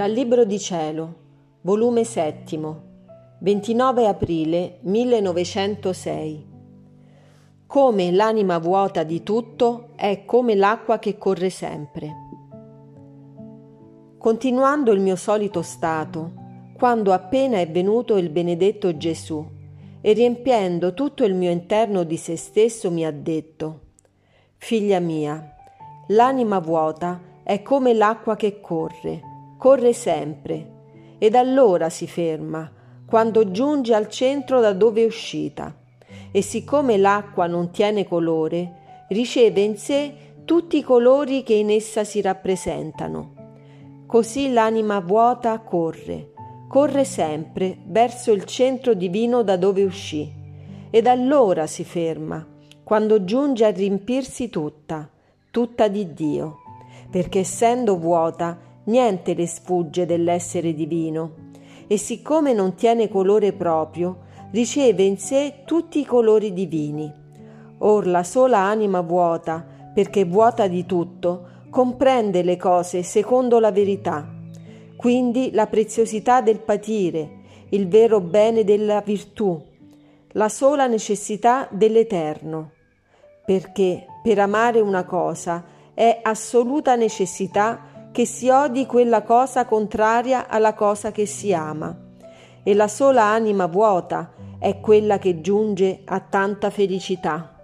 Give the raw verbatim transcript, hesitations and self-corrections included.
Dal Libro di Cielo, volume settimo, ventinove aprile millenovecentosei. Come l'anima vuota di tutto è come l'acqua che corre sempre. Continuando il mio solito stato, quando appena è venuto il benedetto Gesù e riempiendo tutto il mio interno di se stesso mi ha detto: «Figlia mia, l'anima vuota è come l'acqua che corre, corre sempre, ed allora si ferma, quando giunge al centro da dove è uscita, e siccome l'acqua non tiene colore, riceve in sé tutti i colori che in essa si rappresentano. Così l'anima vuota corre, corre sempre verso il centro divino da dove uscì, ed allora si ferma, quando giunge a riempirsi tutta, tutta di Dio, perché essendo vuota niente le sfugge dell'essere divino, e siccome non tiene colore proprio, riceve in sé tutti i colori divini. Or la sola anima vuota, perché vuota di tutto, comprende le cose secondo la verità. Quindi la preziosità del patire, il vero bene della virtù, la sola necessità dell'eterno. Perché per amare una cosa è assoluta necessità che si odi quella cosa contraria alla cosa che si ama, e la sola anima vuota è quella che giunge a tanta felicità.